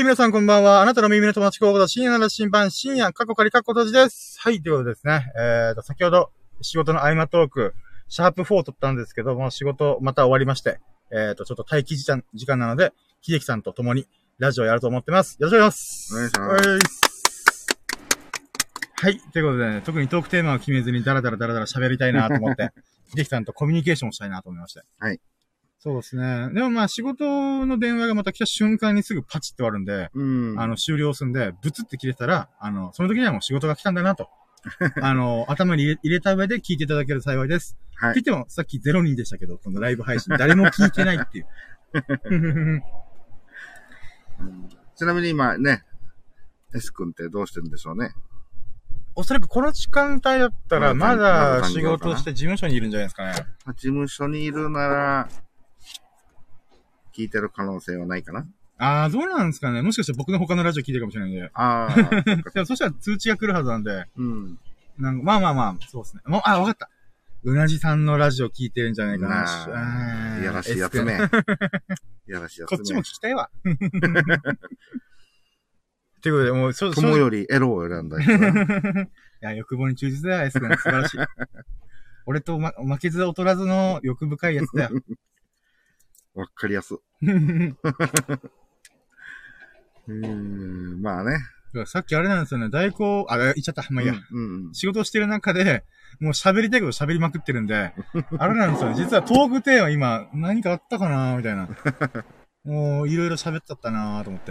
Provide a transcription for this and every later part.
皆さんこんばんは。あなたの耳の友達候補だ。深夜なら新版、深夜、過去仮過去閉じです。はい、ということですね。先ほど、仕事の合間トーク、シャープ4を撮ったんですけども、仕事また終わりまして、ちょっと待機時間なので、秀樹さんと共にラジオをやると思ってます。よろしくお願いします。 お願いします。 はい、ということでね、特にトークテーマを決めずにダラダラ喋りたいなと思って、秀樹さんとコミュニケーションをしたいなと思いまして。 はい。 そうですね。でもまあ仕事の電話がまた来た瞬間にすぐパチって終わるんで、終了するんで、ブツって切れたら、その時にはもう仕事が来たんだなと。頭に入れた上で聞いていただける幸いです。はい。って言っても、さっき0人でしたけど、このライブ配信、誰も聞いてないっていう。 ちなみに今ね、S 君ってどうしてるんでしょうね。 おそらくこの時間帯だったら、まだ仕事して事務所にいるんじゃないですかね。 事務所にいるなら、聞いてる可能性はないかな。 ああ、どうなんですかね。もしかして僕の他のラジオ聞いてるかもしれないんで。 ああ。 でもそしたら通知が来るはずなんで。 うん。 まあ、そうですね。わかった。うなじさんのラジオ聞いてるんじゃないかな。 いやらしいやつね。いやらしいやつね。 こっちも聞きたいわ。ということで、もう、 友よりエロを選んだ人。 いや、欲望に忠実だよ、エス君。素晴らしい。俺と負けず劣らずの欲深いやつだよ。 わかりやす。まあね。 さっきあれなんですよね、言っちゃった。まあいいや。仕事をしてる中で、もう喋りたいこと喋りまくってるんで、あれなんですよね。実はトークテーマ今、何かあったかなみたいな。もう、いろいろ喋っちゃったなと思って。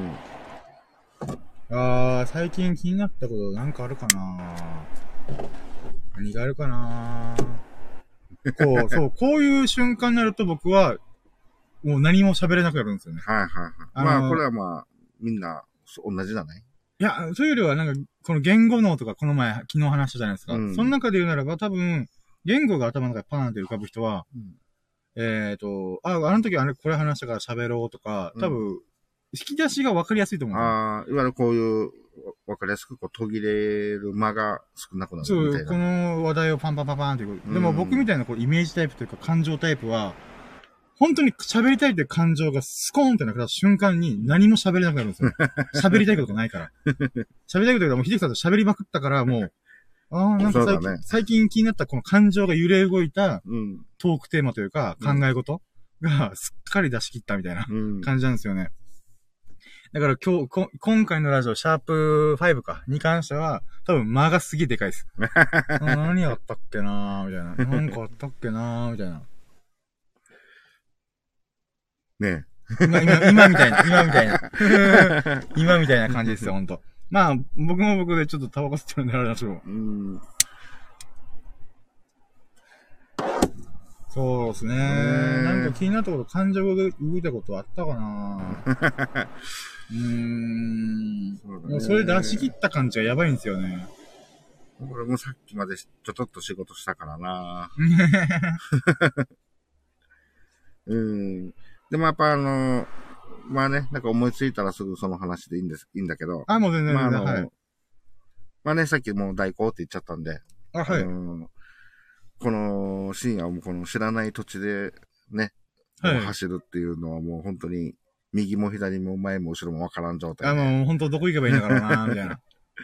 最近気になったことなんかあるかな何があるかなこういう瞬間になると僕は、もう何も喋れなくなるんですよね。 はい。まあ、これはまあ、みんな、同じだね。 いや、そういうよりはなんか、この言語脳とか昨日話したじゃないですか。その中で言うならば多分、言語が頭の中でパーンって浮かぶ人は、あの時これ話したから喋ろうとか、多分、引き出しが分かりやすいと思う。 いわゆるこういう、分かりやすく途切れる間が少なくなるみたいな。 そう、この話題をパンっていう。でも僕みたいなイメージタイプというか感情タイプは、本当に喋りたいって感情がスコーンってなくなった瞬間に何も喋れなくなるんですよ。喋りたいことがないから。喋りたいことがもう秀樹さんと喋りまくったからもう、なんか最近気になったこの感情が揺れ動いたトークテーマというか考え事がすっかり出し切ったみたいな感じなんですよね。だから今回のラジオ、シャープ5か、に関しては、多分間がすげえでかいです。何あったっけなーみたいな。なんかあったっけなーみたいな。 ね今みたいな。今みたいな感じですよ、ほんと。まあ、僕も僕でちょっとタバコ吸ってるんであれだけど。そうですね。なんか気になったこと、感情が動いたことあったかなそれ出し切った感じがやばいんですよね。 俺もさっきまでちょっと仕事したからなでもやっぱまあね、なんか思いついたらすぐその話でいいんだけど。 もう全然、はい。 まあね、さっきもう代行って言っちゃったんで。 はい。 この深夜もこの知らない土地でね、走るっていうのはもう本当に右も左も前も後ろもわからん状態。 もう本当どこ行けばいいんだからなみたいな。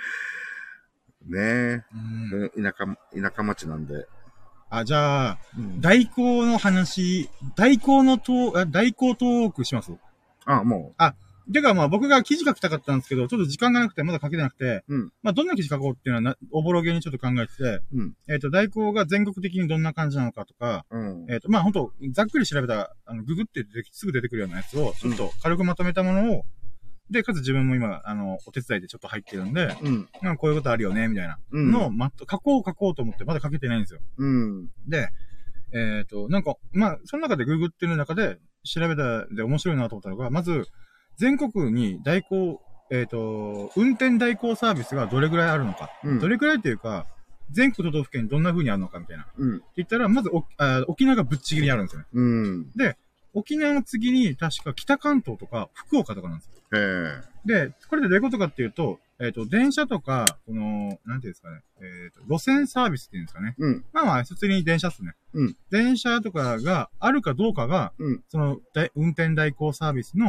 ね田舎町なんで。 じゃあ、代行の話、代行トークします？ もう。 てか僕が記事書きたかったんですけど、ちょっと時間がなくてまだ書けてなくて、まあどんな記事書こうっていうのはおぼろげにちょっと考えてて、代行が全国的にどんな感じなのかとか、まあほんと、ざっくり調べた、ググってすぐ出てくるようなやつを、ちょっと軽くまとめたものを、で、かつ自分も今、お手伝いでちょっと入ってるんで、こういうことあるよね、みたいなのを、書こうと思ってまだ書けてないんですよ。で、なんか、まあ、その中でググってる中で調べたで面白いなと思ったのが、まず、全国に代行、運転代行サービスがどれぐらいあるのか。どれぐらいっていうか、全国都道府県にどんな風にあるのかみたいな。って言ったら、まず沖縄がぶっちぎりにあるんですよね。で、沖縄の次に確か北関東とか福岡とかなんですよ。で、これでどういうことかっていうと、電車とか、なんていうんですかね、路線サービスっていうんですかね。まあ、普通に電車っすね。電車とかがあるかどうかが、その、運転代行サービスの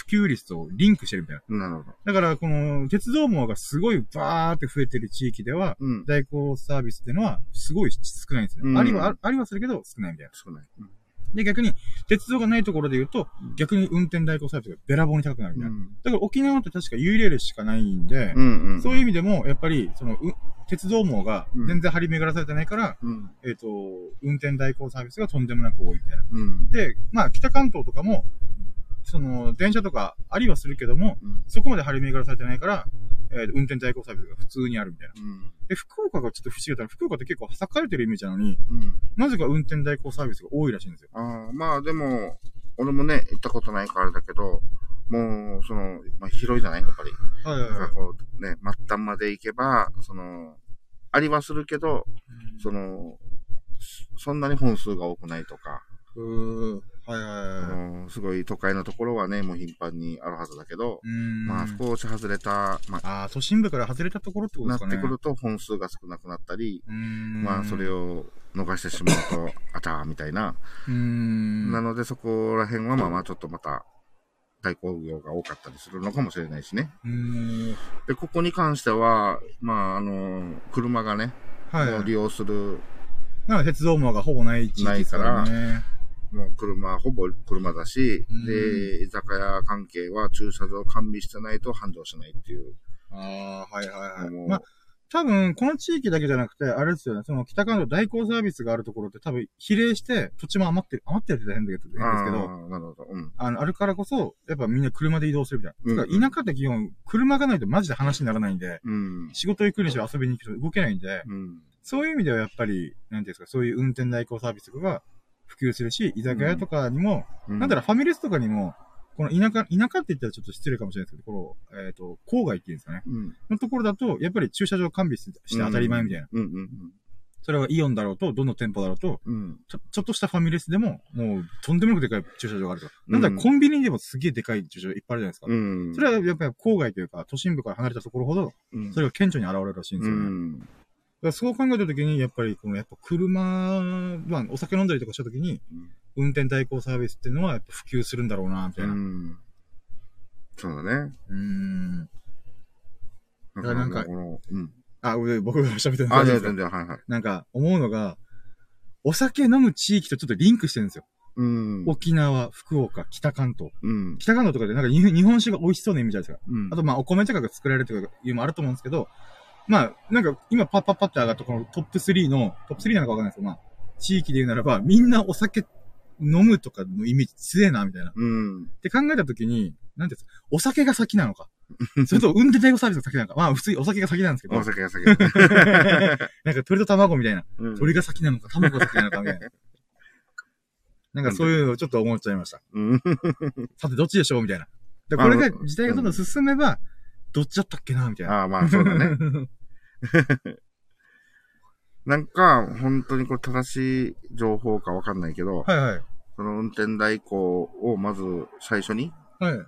普及率とリンクしてるみたいな。 なるほど。 だから、この、鉄道網がすごいバーって増えてる地域では、代行サービスっていうのは、すごい少ないんですね。ありはするけど、少ないみたいな。 少ない。 で、逆に、鉄道がないところで言うと、逆に運転代行サービスがべらぼうに高くなるみたいな。だから沖縄って確かユーレールしかないんで、そういう意味でも、やっぱり、鉄道網が全然張り巡らされてないから、運転代行サービスがとんでもなく多いみたいな。で、まあ、北関東とかも、電車とかありはするけども、そこまで張り巡らされてないから、運転代行サービスが普通にあるみたいな。で、福岡がちょっと不思議だったら、福岡って結構栄えてるイメージなのに、なぜか運転代行サービスが多いらしいんですよ。 まあでも、俺もね、行ったことないからあれだけど、もう、まあ、広いじゃないやっぱり。こう、ね、末端まで行けば、ありはするけど、そんなに本数が多くないとか。すごい都会のところはね、もう頻繁にあるはずだけど、まあ少し外れた、 都心部から外れたところってことですかね。 なってくると本数が少なくなったり、まあそれを逃してしまうと、あちゃーみたいな。なのでそこら辺はまあちょっとまた、代行業が多かったりするのかもしれないしね。で、ここに関しては、まあ車がね、もう利用する。 鉄道網がほぼない地域ですからね。 もうほぼ車だし、で、居酒屋関係は駐車場完備してないと繁盛しないっていう。 まあ、多分、この地域だけじゃなくて、あれですよね、北関東代行サービスがあるところって多分、比例して、土地も余ってるって大変だけど、 なるほど。 あるからこそ、やっぱみんな車で移動するみたいな。田舎って基本、車がないとマジで話にならないんで、仕事行くにしろ遊びに行くにしろ動けないんで、そういう意味ではやっぱり、なんていうんですか、そういう運転代行サービスとかが普及するし、居酒屋とかにも、なんだろ、ファミレスとかにも、この田舎って言ったらちょっと失礼かもしれないですけど、郊外っていうんですかね。のところだと、やっぱり駐車場完備して当たり前みたいな。それはイオンだろうと、どの店舗だろうと、ちょっとしたファミレスでも、もう、とんでもなくでかい駐車場があると。なんだらコンビニでもすげえでかい駐車場いっぱいあるじゃないですか。それはやっぱり郊外というか、都心部から離れたところほど、それが顕著に現れるらしいんですよね。そう考えたときに、やっぱり、やっぱ車、まあ、お酒飲んだりとかしたときに、運転代行サービスっていうのは、やっぱ普及するんだろうな、みたいな。 そうだね。 なんか、僕が喋ってるんですけど、なんか、思うのが、お酒飲む地域とちょっとリンクしてるんですよ。沖縄、福岡、北関東。北関東とかで、なんか日本酒が美味しそうなイメージあるじゃないですか。あと、まあ、お米とかが作られるというのもあると思うんですけど、まあ、なんか、今パッって上がったこのトップ3なのかわかんないですけど、まあ、地域で言うならば、みんなお酒飲むとかのイメージ強えな、みたいな。って考えたときに、なんていうんですか、お酒が先なのか。それと、運転代行サービスが先なのか。まあ、普通にお酒が先なんですけど。 お酒が先。 なんか、鳥と卵みたいな。鳥が先なのか、卵が先なのか、みたいな。なんか、そういうのをちょっと思っちゃいました。さて、どっちでしょうみたいな。これが、時代がどんどん進めば、どっちだったっけなみたいな。 まあ、そうだね。なんか、本当にこれ正しい情報かわかんないけど、その運転代行をまず最初に、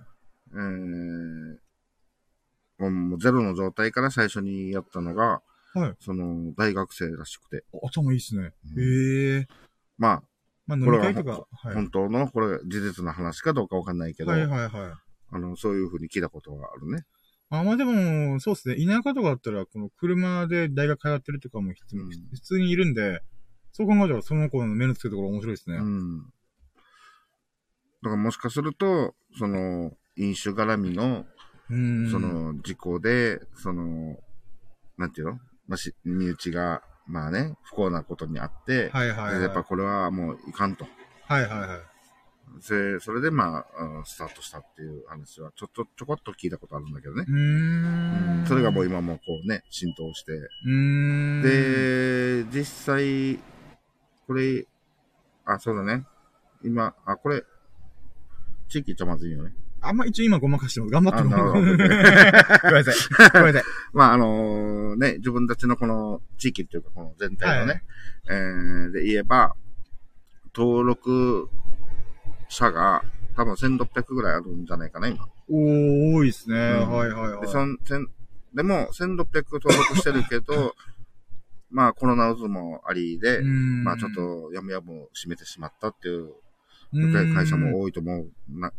もうゼロの状態から最初にやったのが、その大学生らしくて。 頭いいっすね。 まあ、これは本当の、これ事実の話かどうかわかんないけど、そういうふうに聞いたことがあるね。 まあでも、そうですね。田舎とかだったら、この車で大学通ってるとかも普通にいるんで、そう考えたらその子の目のつけるところ面白いですね。 だからもしかすると、その、飲酒絡みの、その、事故で、その、なんていうの身内が、まあね、不幸なことにあって、やっぱこれはもういかんと。それでまあ、スタートしたっていう話は、ちょこっと聞いたことあるんだけどね。それがもう今もこうね、浸透して。で、実際、これ、そうだね。今、これ、地域言っちゃまずいよね。 一応今ごまかしてます。頑張ってます。ごめんなさい。 まあね、自分たちのこの地域っていうか、この全体のね、で言えば、登録者が多分1600ぐらいあるんじゃないかな、今。 多いですね。 でも、1600登録してるけど、まあコロナ渦もありで、まあちょっとやむやむ閉めてしまったっていう会社も多いと思う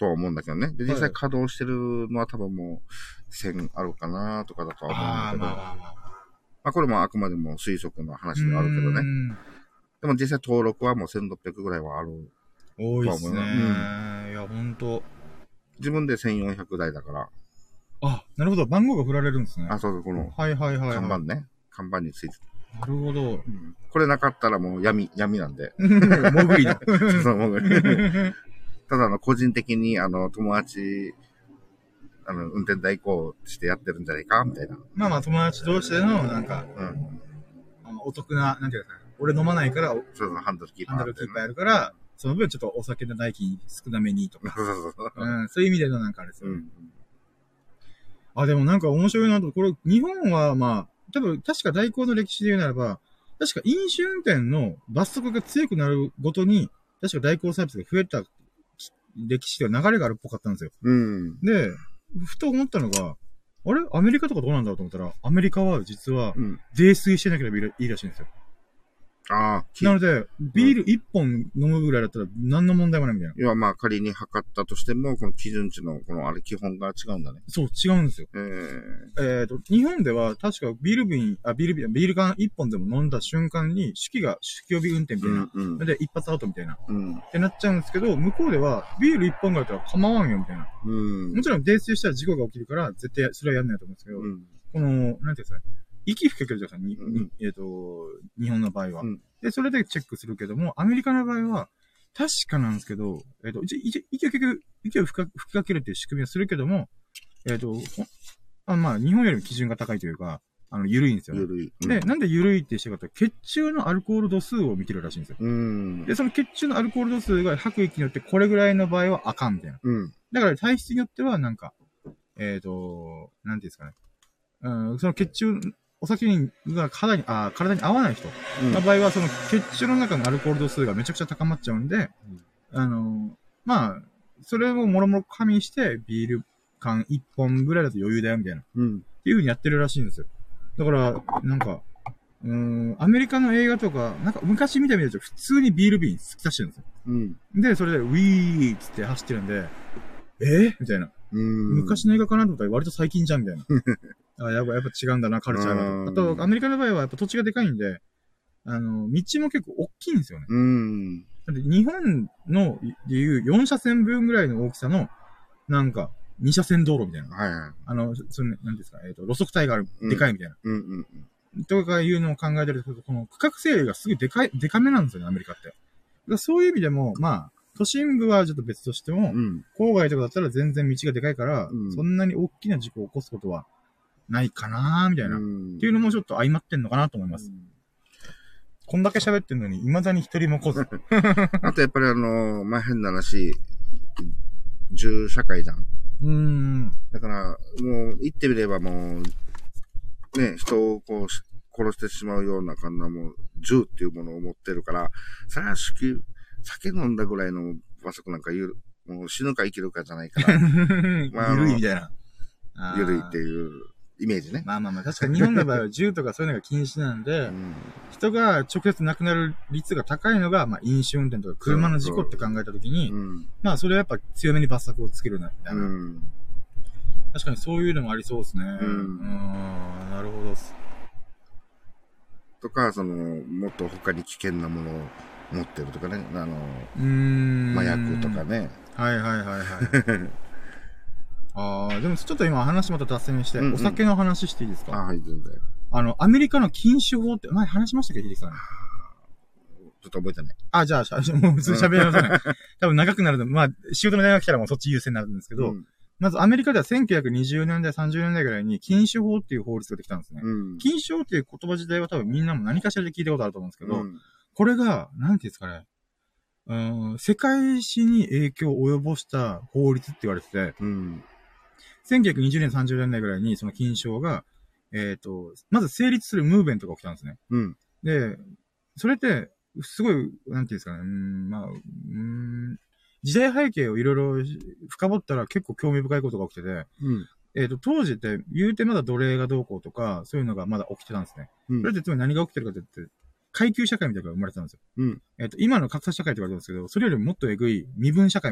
とは思うんだけどね。で、実際稼働してるのは多分もう1000あるかなとかだとは思うんだけど。まあこれもあくまでも推測の話ではあるけどね。でも実際登録はもう1600ぐらいはある。 多いですね。いや、ほんと。 自分で1400台だから。 あ、なるほど。番号が振られるんですね。 あ、そうそう、この。 はいはいはい、はい。 看板ね。看板についてなるほど。 これなかったらもう闇なんで。 潜りだ。 そう、潜り。ただ個人的に友達、運転代行してやってるんじゃないかみたいな。 まあまあ友達同士での、なんか、お得な、なんていうか、俺飲まないから、 そう、ハンドルキーパーやるから、その分ちょっとお酒の代金少なめにとか。そういう意味でのなんかあれですよね。あ、でもなんか面白いなと、これ、日本はまあ、多分、確か代行の歴史で言うならば、確か飲酒運転の罰則が強くなるごとに、確か代行サービスが増えた歴史では流れがあるっぽかったんですよ。で、ふと思ったのが、あれアメリカとかどうなんだろうと思ったら、アメリカは実は、泥酔してなければいいらしいんですよ。なので、ビール1本飲むぐらいだったら何の問題もないみたいな。 いや、まあ仮に測ったとしても、この基準値の、基本が違うんだね。 そう、違うんですよ。日本では確かビール缶1本でも飲んだ瞬間に、酒気帯び運転みたいな。で、一発アウトみたいな。ってなっちゃうんですけど、向こうではビール1本ぐらいだったら構わんよみたいな。もちろん泥酔したら事故が起きるから、絶対それはやんないと思うんですけど、この、なんていうんですかね。息吹けてるじゃないですか、日本の場合は、で、それでチェックするけども、アメリカの場合は、確かなんですけど、息を吹きかけるっていう仕組みはするけども、まあ、日本よりも基準が高いというか、緩いんですよね。で、なんで緩いってしてるかって、血中のアルコール度数を見てるらしいんですよ。で、その血中のアルコール度数が吐く息によってこれぐらいの場合はあかんみたいな。だから体質によってはなんか、なんていうんですかね。その血中、お酒が体に合わない人の場合は、その血中の中のアルコール度数がめちゃくちゃ高まっちゃうんで、まあ、それをもろもろ加味して、ビール缶1本ぐらいだと余裕だよ、みたいな。っていう風にやってるらしいんですよ。だから、なんか、アメリカの映画とか、なんか昔見たと普通にビール瓶突き刺してるんですよ。で、それで、ウィーっつって走ってるんで、みたいな。昔の映画かなと思ったら割と最近じゃん、みたいな。やっぱ違うんだな、カルチャーが。あと、アメリカの場合はやっぱ土地がでかいんで、道も結構大きいんですよね。だって日本のでいう4車線分ぐらいの大きさの、なんか、2車線道路みたいな。なんですか、路側帯がある、でかいみたいな。とかいうのを考えてると、この区画整理がすごいでかめなんですよね、アメリカって。そういう意味でも、まあ、都心部はちょっと別としても、郊外とかだったら全然道がでかいから、そんなに大きな事故を起こすことはないかなーみたいな。っていうのもちょっと相まってんのかなと思います。こんだけ喋ってんのに、未だに一人も来ず。 あとやっぱりまあ、変な話、銃社会じゃん。だから、もう、言ってみればもう、ね、人をこう、殺してしまうような、もう、銃っていうものを持ってるから、それは酒飲んだぐらいの罰則なんかもう死ぬか生きるかじゃないから。 まあ、緩いみたいな。 緩いっていうイメージね。 まあ、確かに日本の場合は銃とかそういうのが禁止なんで、人が直接亡くなる率が高いのが、まあ、飲酒運転とか車の事故って考えたときに、まあ、それはやっぱ強めに罰則をつけるな、みたいな。確かにそういうのもありそうですね。なるほど。 とか、もっと他に危険なものを持ってるとかね、麻薬とかね。 でもちょっと今話また脱線して、お酒の話していいですか？ はい、全然。 アメリカの禁酒法って、前話しましたっけ、秀樹さん。 ちょっと覚えてない。 じゃあ、もう普通に喋りませんね。多分長くなると、まあ、仕事の電話来たらもうそっち優先になるんですけど、まずアメリカでは1920年代、30年代ぐらいに禁酒法っていう法律ができたんですね。禁酒法っていう言葉自体は多分みんなも何かしらで聞いたことあると思うんですけど、これが、なんていうんですかね、世界史に影響を及ぼした法律って言われてて、1920年、30年代ぐらいにその禁酒法が、まず成立するムーブメントが起きたんですね。で、それって、すごい、なんていうんですかね、時代背景をいろいろ深掘ったら結構興味深いことが起きてて、当時って言うてまだ奴隷がどうこうとか、そういうのがまだ起きてたんですね。それってつまり何が起きてるかって言って、階級社会みたいなのが生まれてたんですよ。今の格差社会って言われてるんですけど、それよりももっとえぐい身分社会みたいな。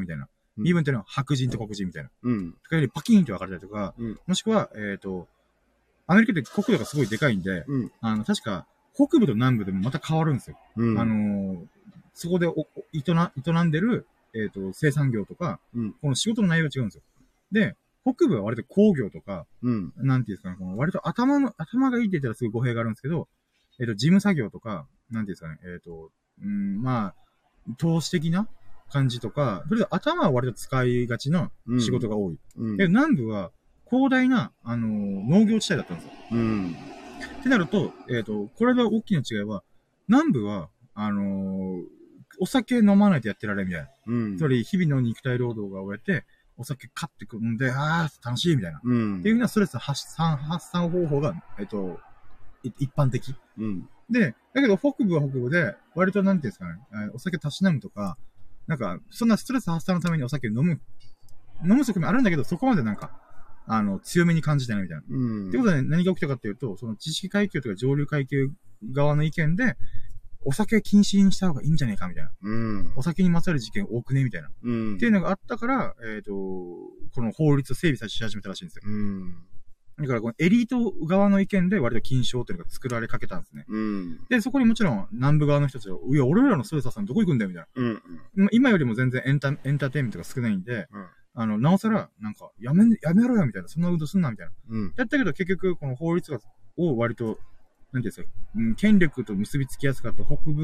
身分っていうのは白人と黒人みたいな。 うん。 とかよりパキーンって分かれたりとか、もしくは、アメリカって国土がすごいでかいんで、確か、北部と南部でもまた変わるんですよ。そこで営んでる、生産業とか、この仕事の内容が違うんですよ。で、北部は割と工業とか、なんていうんですかね、この割と頭がいいって言ったらすごい語弊があるんですけど、事務作業とか、なんていうんですかね、まあ、投資的な感じとか、とりあえず頭は割と使いがちな仕事が多い。で、南部は広大な、農業地帯だったんですよ。ってなると、これが大きな違いは、南部は、お酒飲まないとやってられんみたいな。つまり、日々の肉体労働が終えて、お酒買ってくるんで、楽しいみたいな。っていうようなストレス発散方法が、一般的。で、だけど北部は北部で、割となんていうんですかね、お酒たしなむとか、なんか、そんなストレス発散のためにお酒を飲む側面あるんだけど、そこまでなんか、強めに感じてないみたいな。ってことで何が起きたかっていうと、その知識階級とか上流階級側の意見で、お酒禁止にした方がいいんじゃねえかみたいな。お酒にまつわる事件多くねみたいな。っていうのがあったから、この法律を整備し始めたらしいんですよ。だからこのエリート側の意見で割と禁止法というのが作られかけたんですね。で、そこにもちろん南部側の人たちは、いや、俺らのストレス発散どこ行くんだよみたいな。今よりも全然エンターテインメントが少ないんで、なおさら、なんか、やめろよみたいな、そんな運動すんなみたいな。やったけど結局、この法律を割と、なんていうんですか、権力と結びつきやすかった北部って、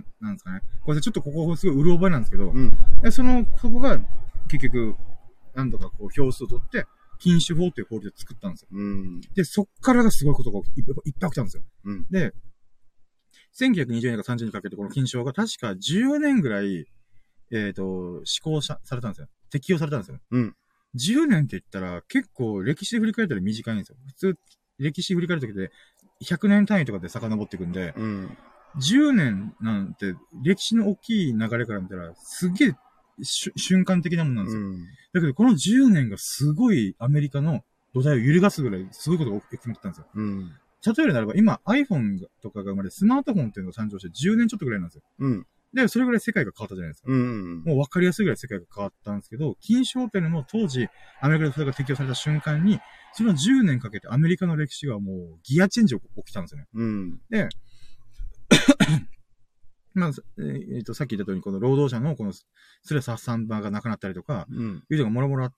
なんですかね。これちょっとここすごいうる覚えなんですけど、そこが結局、なんとかこう票数を取って、禁酒法っていう法律を作ったんですよ。で、そっからがすごいことがいっぱい起きたんですよ。で、1920年から30年にかけてこの禁酒法が確か10年ぐらい、施行されたんですよ。適用されたんですよ。10年って言ったら結構歴史で振り返ったら短いんですよ。普通、歴史振り返るときで100年単位とかで遡っていくんで、10年なんて歴史の大きい流れから見たらすげえ瞬間的なものなんですよ。だけどこの10年がすごいアメリカの土台を揺るがすぐらいすごいことが起きてきたんですよ。例えるならば今 iPhone とかが生まれスマートフォンっていうのが誕生して10年ちょっとぐらいなんですよ。で、それぐらい世界が変わったじゃないですか。もう分かりやすいぐらい世界が変わったんですけど、禁酒法っていうのも当時、アメリカでそれが適用された瞬間に、その10年かけてアメリカの歴史がもうギアチェンジが起きたんですよね。で、まあ、さっき言った通り、この労働者のこのストレス発散場がなくなったりとか、いうのがもろもろあって、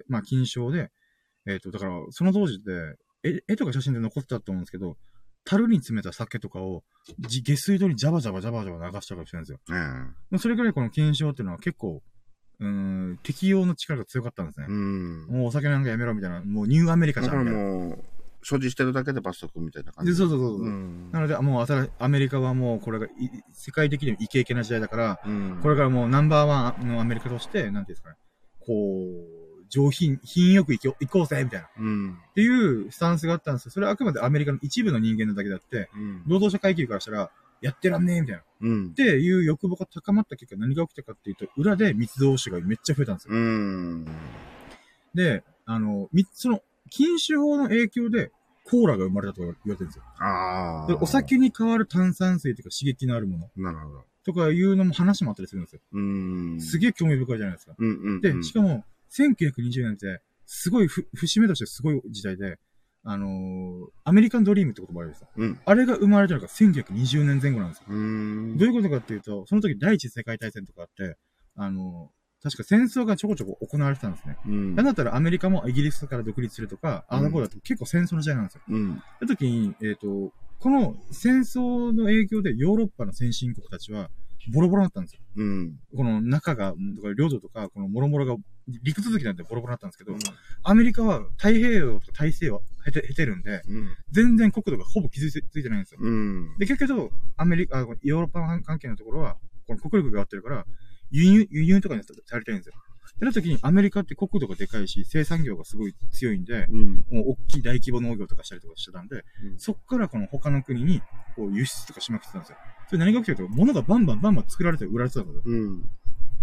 まあ、禁酒法で、だから、その当時で、絵とか写真で残ってたと思うんですけど、樽に詰めた酒とかを、下水道にジャバジャバ流したかもしれないんですよ。それぐらいこの禁酒法っていうのは結構、適用の力が強かったんですね。もうお酒なんかやめろみたいな、もうニューアメリカじゃんみたいな。もう、 所持してるだけで罰則みたいな感じ。 そう。なので、もうアメリカはもうこれが世界的にもイケイケな時代だから、これからもうナンバーワンのアメリカとして、なんていうんですかね、こう、品よく行こうぜみたいな。っていうスタンスがあったんですよ。それはあくまでアメリカの一部の人間なだけだって、労働者階級からしたら、やってらんねえみたいな。っていう欲望が高まった結果何が起きたかっていうと、裏で密造酒がめっちゃ増えたんですよ。で、その、禁酒法の影響で、コーラが生まれたと言われてるんですよ。でお酒に代わる炭酸水とか刺激のあるもの。 なるほど。 とかいうのも話もあったりするんですよ。すげえ興味深いじゃないですか。で、しかも、1920年って、すごい節目としてすごい時代で、アメリカンドリームって言葉あるんですよ。あれが生まれたのが1920年前後なんですよ。どういうことかっていうと、その時第一次世界大戦とかあって、確か戦争がちょこちょこ行われてたんですね。なんだったらアメリカもイギリスから独立するとか、あの頃だと結構戦争の時代なんですよ。その時に、この戦争の影響でヨーロッパの先進国たちはボロボロになったんですよ。この中が、領土とか、この諸々が陸続きなんでボロボロになったんですけど、アメリカは太平洋とか大西洋を経てるんで、全然国土がほぼ傷ついてないんですよ。で、結局、ヨーロッパ関係のところは、この国力があってるから、輸入とかにされてるんですよ。ってなった時にアメリカって国土がでかいし、生産業がすごい強いんで、もう大きい大規模農業とかしたりとかしてたんで、そっからこの他の国にこう輸出とかしまくってたんですよ。それ何が起きてると、物がバンバン作られて売られてたんですよ。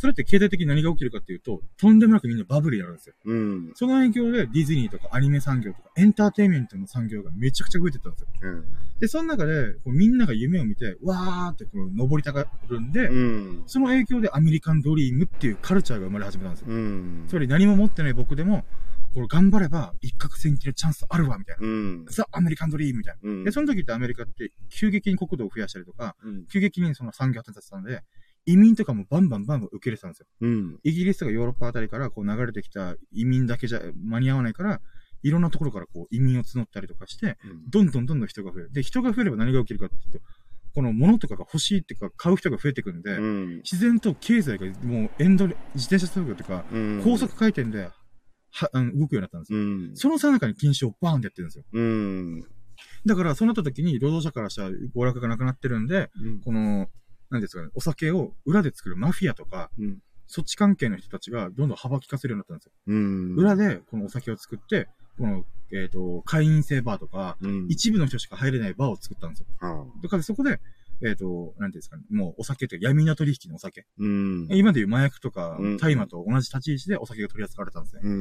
それって経済的に何が起きるかっていうと、とんでもなくみんなバブルになるんですよ。 うん。 その影響でディズニーとかアニメ産業とかエンターテインメントの産業がめちゃくちゃ増えてったんですよ。うん。で、その中で、こうみんなが夢を見て、わーってこう登りたがるんで、うん、その影響でアメリカンドリームっていうカルチャーが生まれ始めたんですよ。うん。つまり何も持ってない僕でも、これ頑張れば一攫千金のチャンスあるわ、みたいな。うん。ザ・アメリカンドリームみたいな。うん。で、その時ってアメリカって急激に国土を増やしたりとか、うん、急激にその産業発展させたんで、移民とかもバンバン受け入れてたんですよ。うん。イギリスとかヨーロッパあたりからこう流れてきた移民だけじゃ間に合わないから、いろんなところからこう移民を募ったりとかして、うん、どんどん人が増える。で、人が増えれば何が起きるかっていうと、この物とかが欲しいっていうか、買う人が増えてくるんで、うん、自然と経済がもう自転車速度というか、うん、高速回転で、動くようになったんですよ。うん、そのさなかに禁止をバーンってやってるんですよ。うん、だから、そうなった時に、労働者からしたら娯楽がなくなってるんで、うん、この、なんですかね、お酒を裏で作るマフィアとか、うん、そっち関係の人たちがどんどん幅利かせるようになったんですよ。うん、裏で、このお酒を作って、この、会員制バーとか、うん、一部の人しか入れないバーを作ったんですよ。だからそこで、なんていうんですかね、もうお酒って闇の取引のお酒。うん、今でいう麻薬とか、大麻と同じ立ち位置でお酒が取り扱われたんですね。うん、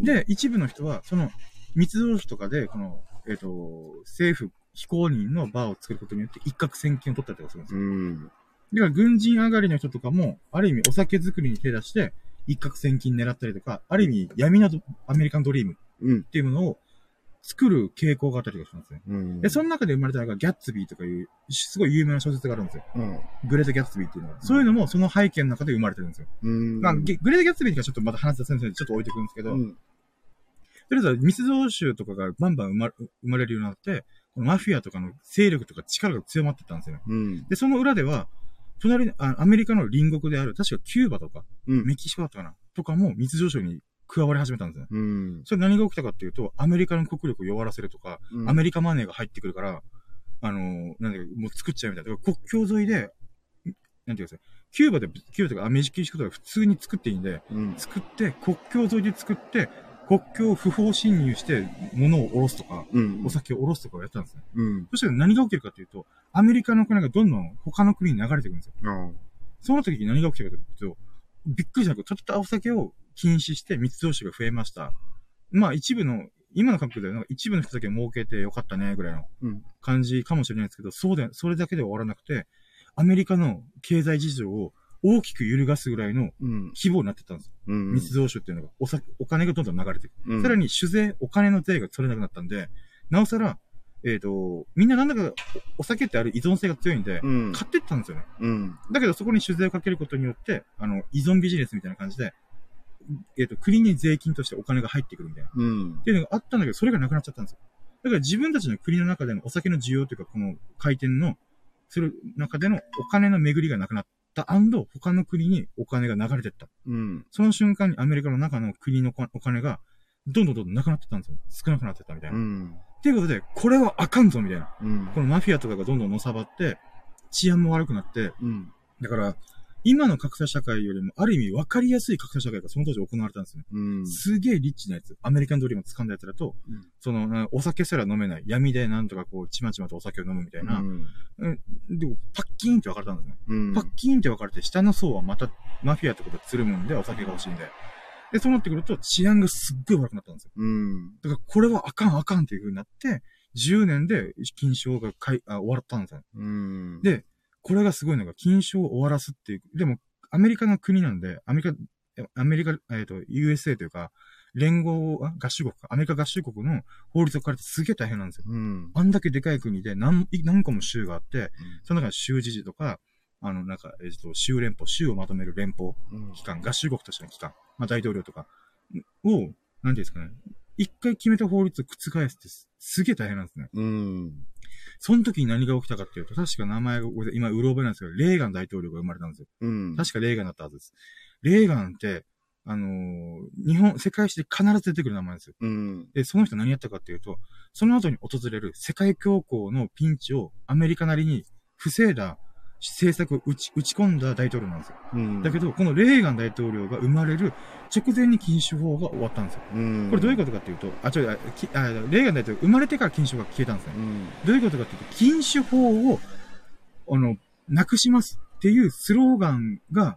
で、一部の人は、その、密造酒とかで、この、政府非公認のバーを作ることによって一攫千金を取ったりとかするんですよ。うん、だから軍人上がりの人とかも、ある意味お酒作りに手出して、一攫千金狙ったりとか、ある意味闇のアメリカンドリームっていうものを作る傾向があったりとかしますね。うん、で、その中で生まれたのがギャッツビーとかいう、すごい有名な小説があるんですよ。うん、グレート・ギャッツビーっていうのは。そういうのもその背景の中で生まれてるんですよ。まあ、グレート・ギャッツビーとかちょっとまた話した先生でちょっと置いてくるんですけど、とりあえずは密造酒とかがバンバン生まれるようになって、このマフィアとかの勢力とか力が強まってったんですよね。うん、で、その裏では、アメリカの隣国である、確かキューバとか、メキシコだったかなとかも密造酒に加わり始めたんですね。うん、それ何が起きたかっていうと、アメリカの国力を弱らせるとか、アメリカマネーが入ってくるから、なんだもう作っちゃうみたいな。国境沿いで、なんていうか、キューバとかメキシコとか普通に作っていいんで、作って、国境沿いで作って、国境を不法侵入して物を下ろすとか、お酒を下ろすとかをやったんですね。そしたら何が起きるかというと、アメリカの金がどんどん他の国に流れていくんですよ。その時に何が起きたかというと、びっくりしたけど、ちょっとお酒を禁止して密造酒が増えました。まあ一部の、今の感覚では一部の人だけ儲けてよかったね、ぐらいの感じかもしれないですけど、それだけでは終わらなくて、アメリカの経済事情を大きく揺るがすぐらいの規模になってたんですよ。密造酒っていうのが、お金がどんどん流れていく。さらに酒税、お金の税が取れなくなったんで、なおさら、みんななんだかお酒ってあれ依存性が強いんで、買ってったんですよね。だけどそこに酒税をかけることによって、依存ビジネスみたいな感じで、国に税金としてお金が入ってくるみたいな。っていうのがあったんだけど、それがなくなっちゃったんですよ。だから自分たちの国の中でのお酒の需要というか、この回転の、する中でのお金の巡りがなくなった。他の国にお金が流れてった。その瞬間にアメリカの中の国のお金が、どんどんなくなってったんですよ。少なくなってったみたいな。っていうことで、これはあかんぞみたいな。このマフィアとかがどんどんのさばって、治安も悪くなって、だから、今の格差社会よりも、ある意味分かりやすい格差社会がその当時行われたんですね。すげえリッチなやつ。アメリカンドリームを掴んだやつだと、お酒すら飲めない。闇でなんとかこう、ちまちまとお酒を飲むみたいな。でも、パッキーンって分かれたんですね。パッキーンって分かれて、下の層はまたマフィアってことでつるむんで、お酒が欲しいんで。で、そうなってくると、治安がすっごい悪くなったんですよ。だから、これはあかんっていう風になって、10年で禁酒が終わったんですよ。で、これがすごいのが、禁酒を終わらすっていう。でも、アメリカの国なんで、アメリカ、USA というか、合衆国か、アメリカ合衆国の法律を変えてすげえ大変なんですよ。あんだけでかい国で何個も州があって、その中で州知事とか、州連邦、州をまとめる連邦機関、合衆国としての機関、まあ大統領とかを、なんていうんですかね、一回決めた法律を覆すってすげえ大変なんですね。その時に何が起きたかっていうと、確か名前が、今、うろ覚えなんですけど、レーガン大統領が生まれたんですよ。確かレーガンだったはずです。レーガンって、世界史で必ず出てくる名前ですよ。で、その人何やったかっていうと、その後に訪れる世界恐慌のピンチをアメリカなりに防いだ政策を打ち込んだ大統領なんですよ。だけど、このレーガン大統領が生まれる直前に禁酒法が終わったんですよ。これどういうことかっていうと、レーガン大統領生まれてから禁酒法が消えたんですね。どういうことかっていうと、禁酒法を、なくしますっていうスローガンが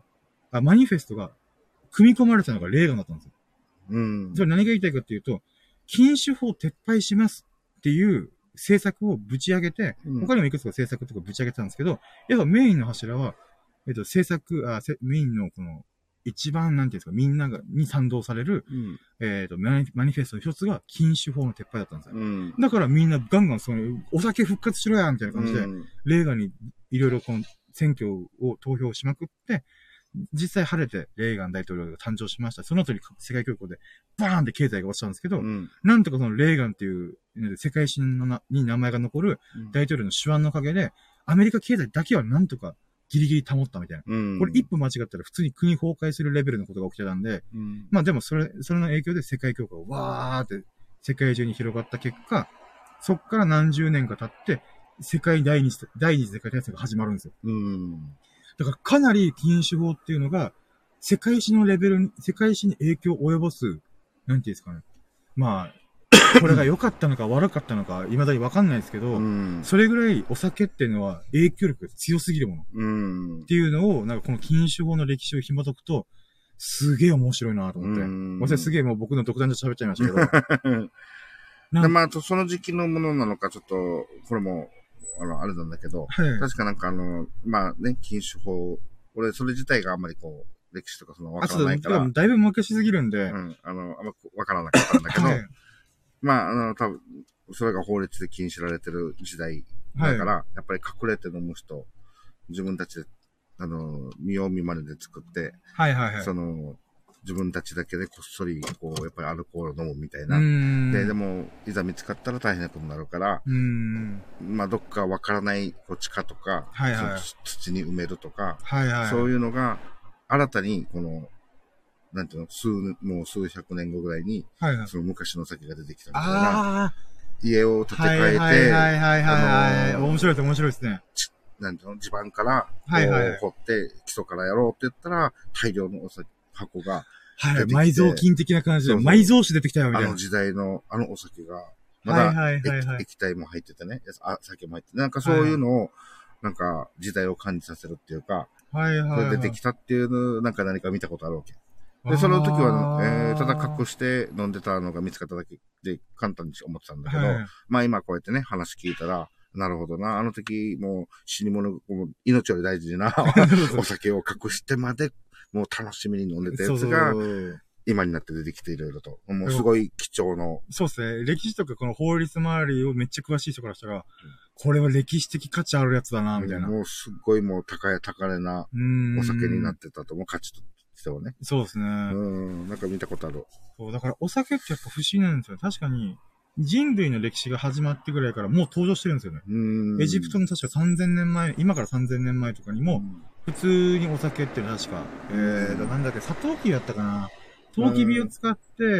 マニフェストが組み込まれたのがレーガンだったんですよ。 うん。 それ何が言いたいかっていうと、禁酒法撤廃しますっていう政策をぶち上げて、他にもいくつか政策とかぶち上げたんですけど、やっぱメインの柱は、政策、メインのこの、一番、なんていうんですか、みんなに賛同される、マニフェストの一つが禁酒法の撤廃だったんですよ。だからみんなガンガンお酒復活しろやみたいな感じで、レーガンにいろいろこの選挙を投票しまくって、実際晴れてレーガン大統領が誕生しました。その後に世界恐慌でバーンって経済が落ちたんですけど、なんとかそのレーガンっていう世界史に名前が残る大統領の手腕のおかげで、アメリカ経済だけはなんとかギリギリ保ったみたいな。これ一歩間違ったら普通に国崩壊するレベルのことが起きてたんで、まあでもその影響で世界恐慌がわーって世界中に広がった結果、そっから何十年か経って、第二次世界大戦が始まるんですよ。だからかなり禁酒法っていうのが、世界史に影響を及ぼす、なんていうんですかね。まあ、これが良かったのか悪かったのか、未だにわかんないですけど、それぐらいお酒っていうのは影響力が強すぎるもの。っていうのを、なんかこの禁酒法の歴史を紐解くと、すげえ面白いなと思って。ごめんなさい、すげえもう僕の独断で喋っちゃいましたけど。 まあ、その時期のものなのか、ちょっと、これも、あれなんだけど、確かなんかまあね、禁酒法、俺、それ自体があんまりこう、歴史とかわからないから。 だいぶ昔すぎるんで。 あんまわからなかったんだけど、まあ、多分、それが法律で禁止られてる時代だから、やっぱり隠れて飲む人、自分たちで、見よう見まねで作って、自分たちだけでこっそり、こう、やっぱりアルコールを飲むみたいな。でも、いざ見つかったら大変なことになるから、まあ、どっかわからない地下とか、土に埋めるとか、そういうのが、新たに、なんていうの、もう数百年後ぐらいに、その昔の酒が出てきたみたいな。家を建て替えて、 面白いですね。 なんていうの、地盤から、掘って、基礎からやろうって言ったら、大量の箱が、 埋蔵金的な感じで、埋蔵酒出てきたよ、みたいな。 時代の、お酒が、まだ、液体も入っててね、酒も入ってて、なんかそういうのを、なんか、時代を感じさせるっていうか、それ出てきたっていうの、なんか何か見たことあるわけ。で、その時は、ただ隠して飲んでたのが見つかっただけで簡単に思ってたんだけど、まあ今こうやってね、話聞いたら、なるほどな、あの時もう死に物、命より大事なお酒を隠してまで、もう楽しみに飲んでたやつが、今になって出てきていろいろと。もうすごい貴重の。 そうですね。歴史とかこの法律周りをめっちゃ詳しい人からしたら、これは歴史的価値あるやつだな、みたいな。 もうすっごいもう高値なお酒になってたと思う、価値としてはね。 そうですね。 なんか見たことある。 そう、だからお酒ってやっぱ不思議なんですよ。確かに、人類の歴史が始まってぐらいからもう登場してるんですよね。エジプトの確か3000年前、今から3000年前とかにも、普通にお酒って確か、なんだっけ、サトウキビやったかな。トウキビを使って、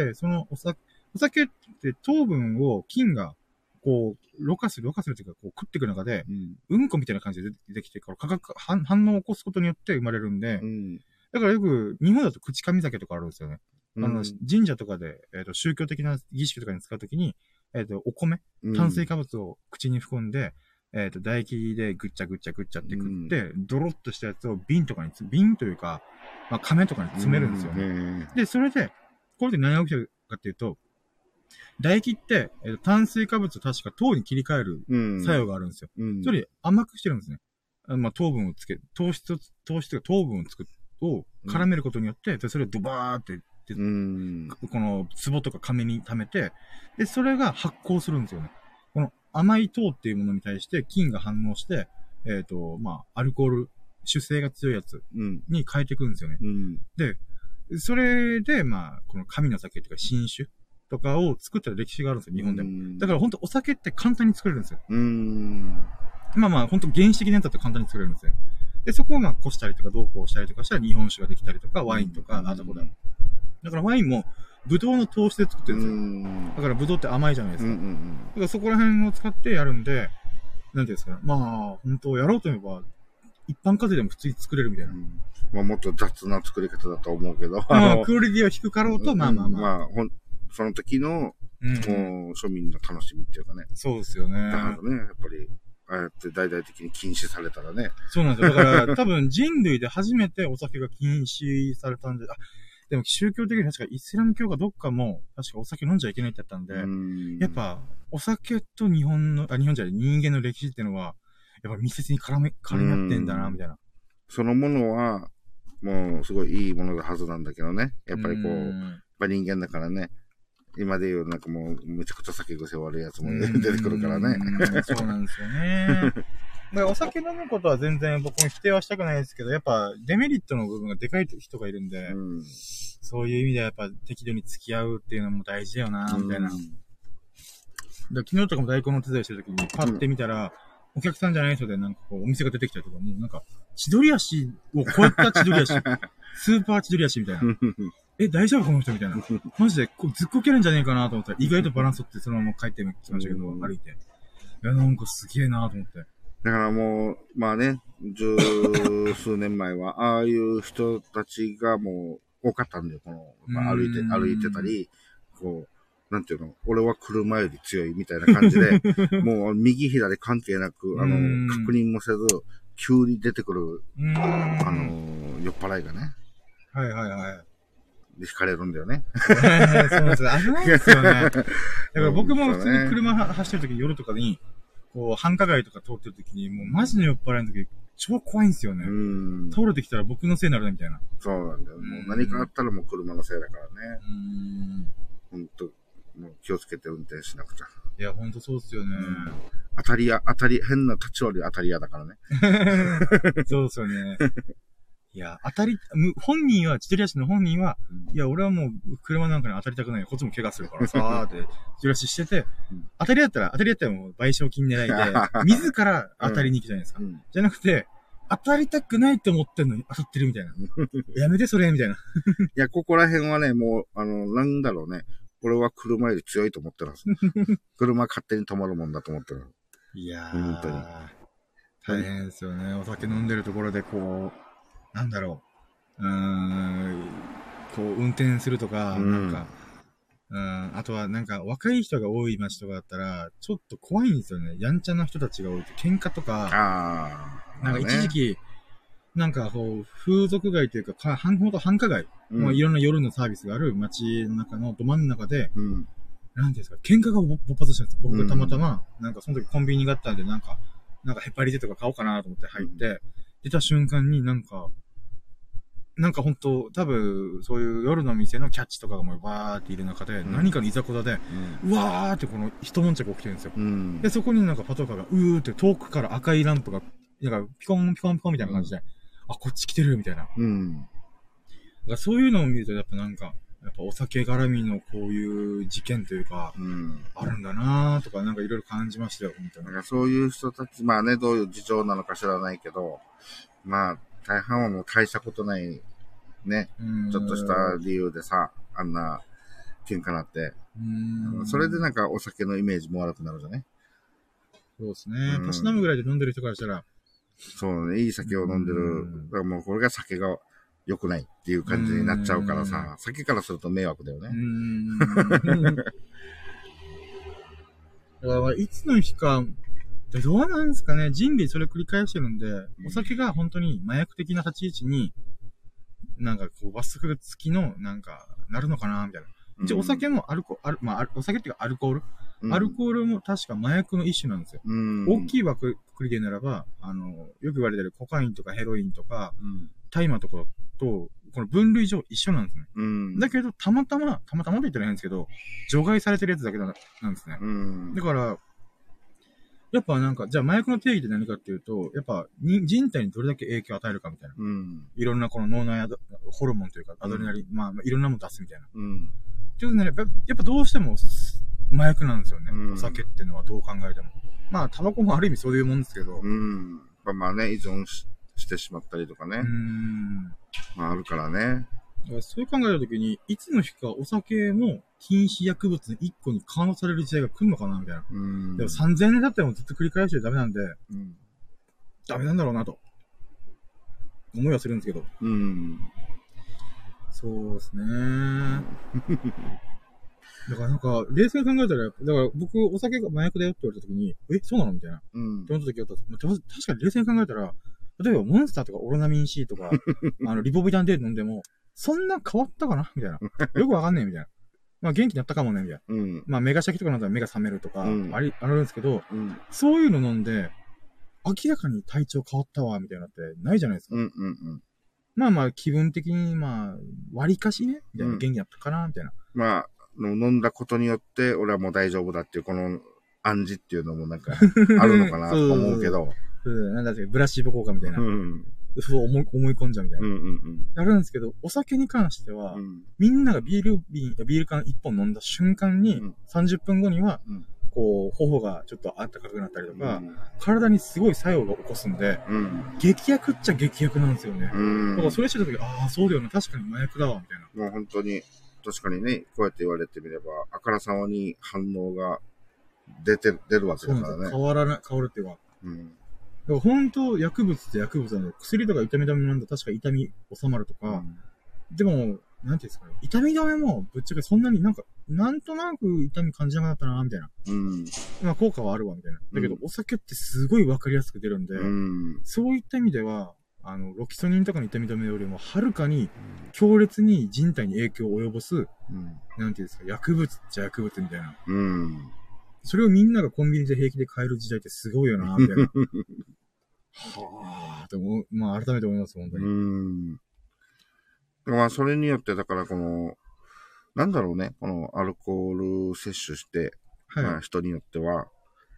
そのお酒って糖分を菌が、こう、ろ過するっていうか、こう食っていく中で、うんこみたいな感じで出てきて、反応を起こすことによって生まれるんで、だからよく、日本だと口噛み酒とかあるんですよね。神社とかで、宗教的な儀式とかに使うときに、お米、炭水化物を口に含んで、唾液でぐっちゃって食って、ドロッとしたやつを瓶というか、まあ、亀とかに詰めるんですよね。で、それで、これで何が起きてるかっていうと、唾液って、炭水化物を確か糖に切り替える作用があるんですよ。それ甘くしてるんですね。まあ、糖分を絡めることによって、それをドバーって、この壺とか亀に溜めて、で、それが発酵するんですよね。この甘い糖っていうものに対して菌が反応して、まあ、アルコール、主成が強いやつに変えていくんですよね。で、それで、まあ、この神の酒というか新酒とかを作った歴史があるんですよ、日本でも。だから本当お酒って簡単に作れるんですよ。まあ、本当原始的なやつだと簡単に作れるんですよ。で、そこをまあ、こしたりとか、どうこうしたりとかしたら日本酒ができたりとか、ワインとか、だからワインも、ブドウの糖質で作ってるんですよ。だからブドウって甘いじゃないですか。だからそこら辺を使ってやるんで、なんていうんですかね。まあ、本当やろうと思えば、一般家庭でも普通に作れるみたいな。 まあ、もっと雑な作り方だと思うけど。 クオリティは低かろうと、まあ。 その時の、もう、庶民の楽しみっていうかね。 そうですよね。 だからね、やっぱり、 ああやって大々的に禁止されたらね。 そうなんですよ。だから、多分人類で初めてお酒が禁止されたんで、でも宗教的に確かイスラム教がどっかも、確かお酒飲んじゃいけないってやったんで、やっぱ、お酒と日本じゃない、人間の歴史っていうのは、やっぱ密接に絡み合ってんだな、みたいな。 そのものは、もう、すごいいいもののはずなんだけどね。やっぱりこう、やっぱ人間だからね。今で言う、なんかもう、めちゃくちゃ酒癖悪いやつも出てくるからね。 そうなんですよね。だからお酒飲むことは全然僕も否定はしたくないですけど、やっぱデメリットの部分がでかい人がいるんで、そういう意味ではやっぱ適度に付き合うっていうのも大事だよな、みたいな。昨日とかも大根の手伝いしてるときにパッて見たら、お客さんじゃない人でなんかこうお店が出てきたりとか、もうなんか、千鳥足を超えた千鳥足、スーパー千鳥足みたいな。大丈夫この人みたいな。マジでずっこけるんじゃねえかなと思ったら、意外とバランス取ってそのまま帰ってきましたけど、歩いて。いや、なんかすげえなと思って。 だからもう、まあね、十数年前は、ああいう人たちがもう多かったんだよ、この、まあ、歩いてたり、こう、なんていうの、俺は車より強いみたいな感じで、もう右左関係なく、確認もせず、急に出てくる、酔っ払いがね。 はいはいはい。 で、惹かれるんだよね。 そうなんですよ。危ないですよね。だから僕も普通に車走ってる時夜とかに、こう、繁華街とか通ってる時に、もうマジの酔っ払いの時、超怖いんですよね。倒れてきたら僕のせいになるね、みたいな。 そうなんだよ。もう何かあったらもう車のせいだからね。ほんと、もう気をつけて運転しなくちゃ。 いや、ほんとそうっすよね。 変な立ち割り当たり屋だからね。 そうっすよね。いや、本人は、千鳥足の本人は、いや、俺はもう、車なんかに当たりたくないよ。こっちも怪我するからさーって、千鳥足してて、当たりだったらもう賠償金狙いで、自ら当たりに行くじゃないですか。じゃなくて、当たりたくないって思ってんのに当たってるみたいな。やめてそれ、みたいな。いや、ここら辺はね、もう、なんだろうね。俺は車より強いと思ってるんです。車勝手に止まるもんだと思ってる。 いやー、本当に。大変ですよね。お酒飲んでるところでこう、なんだろう。こう、運転するとか、なんか、あとはなんか若い人が多い街とかだったら、ちょっと怖いんですよね。やんちゃな人たちが多いと喧嘩とか、なんか一時期、なんかこう、風俗街というか、繁華街、もういろんな夜のサービスがある街の中のど真ん中で、なんていうんですか、喧嘩が勃発したんですよ。僕がたまたま、なんかその時コンビニがあったんで、なんかヘパリゼとか買おうかなと思って入って、出た瞬間になんかほんと、多分、そういう夜の店のキャッチとかがもうバーっている中で、何かのいざこざで、うわーってこの一悶着起きてるんですよ。で、そこになんかパトカーが、うーって遠くから赤いランプが、なんかピコンピコンピコンみたいな感じで、こっち来てるみたいな。だからそういうのを見ると、やっぱなんか、やっぱお酒絡みのこういう事件というか、あるんだなーとか、なんかいろいろ感じましたよ、本当に。 なんかそういう人たち、まあね、どういう事情なのか知らないけど、まあ、大半はもう大したことないね、ちょっとした理由でさ、あんな喧嘩なって、それでなんかお酒のイメージも悪くなるじゃね。 そうですね。たしなむぐらいで飲んでる人からしたら。 そうね、いい酒を飲んでる。だからもうこれが酒が良くないっていう感じになっちゃうからさ、酒からすると迷惑だよね。 だからいつの日か、どうなんですかね。人類それ繰り返してるんで、お酒が本当に麻薬的な立ち位置に、なんかこう罰則付きの、なんか、なるのかなみたいな。一応お酒もお酒っていうかアルコール、アルコールも確か麻薬の一種なんですよ。大きい枠くりでならば、よく言われてるコカインとかヘロインとか、大麻とかと、この分類上一緒なんですね。だけど、たまたまと言ったら変ですけど、除外されてるやつだけなんですね。だから、やっぱなんか、じゃあ麻薬の定義って何かっていうと、やっぱ人体にどれだけ影響を与えるかみたいな。いろんなこの脳内ホルモンというか、アドレナリン、まあいろんなもの出すみたいな。ということでね、やっぱどうしても麻薬なんですよね。お酒っていうのはどう考えても。まあ、タバコもある意味そういうもんですけど。 まあね、依存してしまったりとかね。まああるからね。 そう考えたときに、いつの日かお酒も禁止薬物の一個に緩和される時代が来るのかなみたいな。でも3000年経ってもずっと繰り返してダメなんで、ダメなんだろうなと。思いはするんですけど。そうですね。 だからなんか、冷静に考えたら、だから僕、お酒が麻薬だよって言われた時に、そうなのみたいな。って思った時あったんです。確かに冷静に考えたら、例えばモンスターとかオロナミン C とか、リボビタン D 飲んでも、そんな変わったかなみたいな。よくわかんねえみたいな。まあ元気になったかもねみたいな。まあメガシャキとか飲んだら目が覚めるとか、あるんですけど、そういうの飲んで、明らかに体調変わったわ、みたいなってないじゃないですか。まあまあ気分的に、まあ、割かしね、みたいな元気になったかな、みたいな。 まあ、飲んだことによって、俺はもう大丈夫だっていう、この暗示っていうのもなんか、あるのかなと思うけど。 なんだっけ、ブラシーボ効果みたいな。そう思い込んじゃうみたいな。あるんですけど、お酒に関しては、みんながビール缶1本飲んだ瞬間に、30分後には、こう、頬がちょっと暖かくなったりとか、体にすごい作用が起こすんで、劇薬っちゃ劇薬なんですよね。だからそれしてた時、ああ、そうだよね、確かに麻薬だわ、みたいな。 もう本当に、確かにね、こうやって言われてみれば、あからさまに反応が出るわけだからね。 変わるっていうか。だから本当、薬物って薬物なんで、薬とか痛み止めなんだ、確か痛み収まるとか、でも、なんていうんですかね、痛み止めも、ぶっちゃけそんなになんとなく痛み感じなくなったな、みたいな。まあ、効果はあるわ、みたいな。だけど、お酒ってすごいわかりやすく出るんで、そういった意味では、ロキソニンとかの痛み止めよりも、はるかに、強烈に人体に影響を及ぼす、なんていうんですか、薬物っちゃ薬物みたいな。それをみんながコンビニで平気で買える時代ってすごいよな、みたいな。はぁ、でも、まあ、改めて思います、本当に。 まあ、それによって、だからこの、なんだろうね、このアルコール摂取して、まあ、人によっては、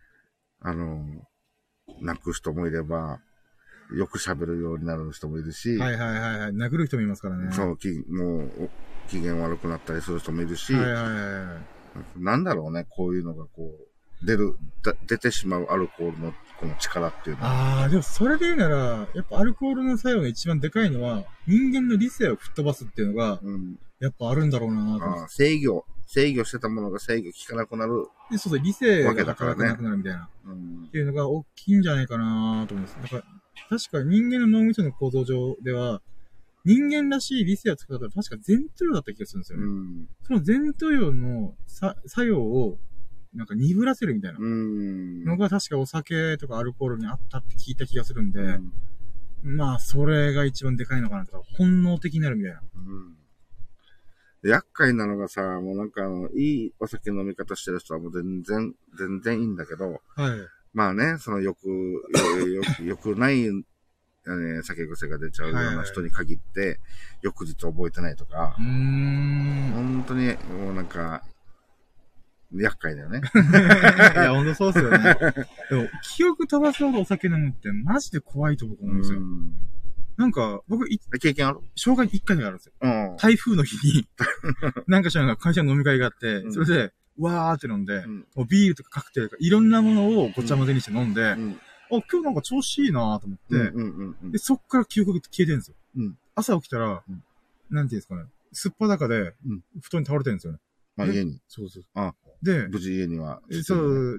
泣く人もいれば、よく喋るようになる人もいるし、 殴る人もいますからね。 そう、もう、機嫌悪くなったりする人もいるし、なんだろうね、こういうのがこう、出てしまうアルコールのこの力っていうのは。 でもそれで言うなら、やっぱアルコールの作用が一番でかいのは、人間の理性を吹っ飛ばすっていうのが、やっぱあるんだろうなと。 制御してたものが制御効かなくなる。 そう、理性が働かなくなるみたいな。っていうのが大きいんじゃないかなと思います。だから、確か人間の脳みその構造上では、人間らしい理性を作ったら確か前頭葉だった気がするんですよね。その前頭葉の作用を、なんか鈍らせるみたいなのが確かお酒とかアルコールにあったって聞いた気がするんで、まあ、それが一番でかいのかなとか、本能的になるみたいな。 厄介なのがさ、もうなんかいいお酒飲み方してる人はもう全然いいんだけど、まあね、そのよくない酒癖が出ちゃうような人に限って、翌日覚えてないとか、本当にもうなんか、厄介だよね。 いや、ほんとそうっすよね。でも、記憶飛ばすほどお酒飲むってマジで怖いと僕思うんですよ。なんか、僕、 経験ある？ 生涯に1回があるんですよ。台風の日に、なんか知らない会社の飲み会があって、それで、わーって飲んで、もうビールとかカクテルとかいろんなものをごちゃ混ぜにして飲んで、今日なんか調子いいなーと思って、で、そっから記憶が消えてるんですよ。朝起きたら、なんていうんですかね、すっぱだかで、布団に倒れてるんですよね。 家に。 そう。 で、無事家には。 そう。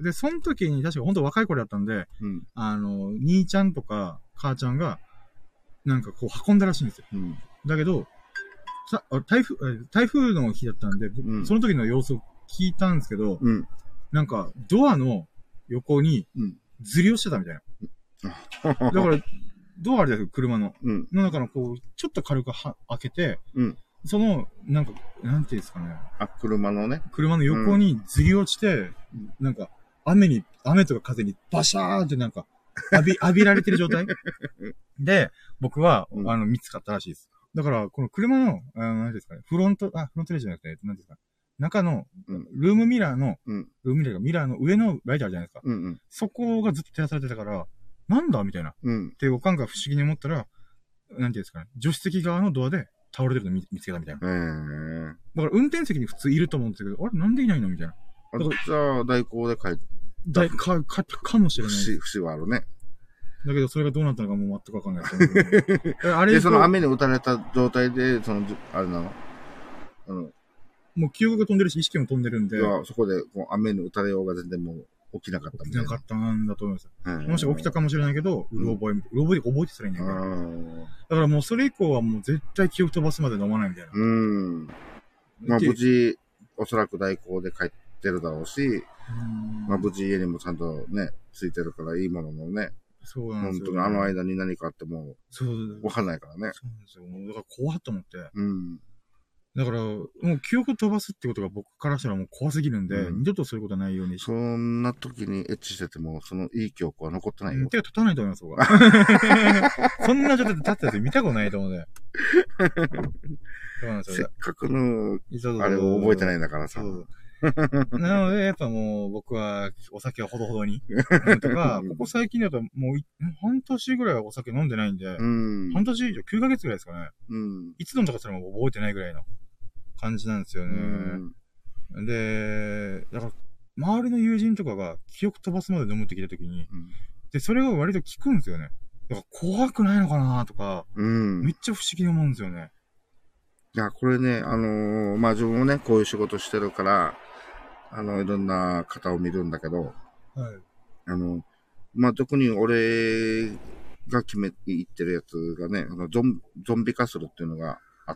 で、その時に確か本当若い頃だったんで、兄ちゃんとか母ちゃんが、なんかこう運んだらしいんですよ。だけど、台風の日だったんで、その時の様子を聞いたんですけど、なんかドアの横にずりをしてたみたいな。だから、ドアあるじゃないですか、車の。の中のこう、ちょっと軽く開けて、その、なんか、なんていうんですかね。 車のね。 車の横にずり落ちて、なんか、雨とか風にバシャーンってなんか、浴びられてる状態で、僕は、見つかったらしいです。だから、この車の、なんですかね、フロントレーじゃなくて、なんですか、中の、ルームミラーの上のライトあるじゃないですか。そこがずっと照らされてたから、なんだみたいな。っておかんが不思議に思ったら、なんていうんですかね、助手席側のドアで、倒れてるの見つけたみたいな。だから運転席に普通いると思うんですけど、あれなんでいないのみたいな。 じゃあ、代行で帰った。 かもしれない。 節はあるね。 だけど、それがどうなったのかもう全くわかんない。 あれで、その雨に打たれた状態で、あれなのもう記憶が飛んでるし、意識も飛んでるんで。 そこで、雨に打たれようが全然もう起きなかったみたいな。起きなかったんだと思います。もし起きたかもしれないけど、うろ覚えで覚えてたらいいんだけど。だからもうそれ以降はもう絶対記憶飛ばすまで飲まないみたいな。 まあ無事、 おそらく代行で帰ってるだろうし、まあ無事家にもちゃんとね、ついてるからいいもののね。 そうなんですよ。 本当にあの間に何かあっても、わかんないからね。 そうなんですよ。だから怖っと思って。 うん。 だから、もう記憶飛ばすってことが僕からしたらもう怖すぎるんで、二度とそういうことはないようにして。 そんな時にエッチしてても、そのいい記憶は残ってないよ。 手が立たないと思います、僕は。そんな状態で立ったやつ見たことないと思うね。そうなんですよ。 せっかくの、あれを覚えてないんだからさ。 なので、やっぱもう僕はお酒はほどほどに。とか、ここ最近だともう半年ぐらいはお酒飲んでないんで、半年以上、9ヶ月ぐらいですかね。いつ飲んだかそれも覚えてないぐらいの感じなんですよね。で、だから、周りの友人とかが記憶飛ばすまで飲むって聞いたときに、で、それが割と効くんですよね。だから怖くないのかなとか、めっちゃ不思議に思うんですよね。 いや、これね、まあ、自分もね、こういう仕事してるから、いろんな方を見るんだけど、まあ、特に俺が言ってるやつがね、ゾンビ化するっていうのがあって、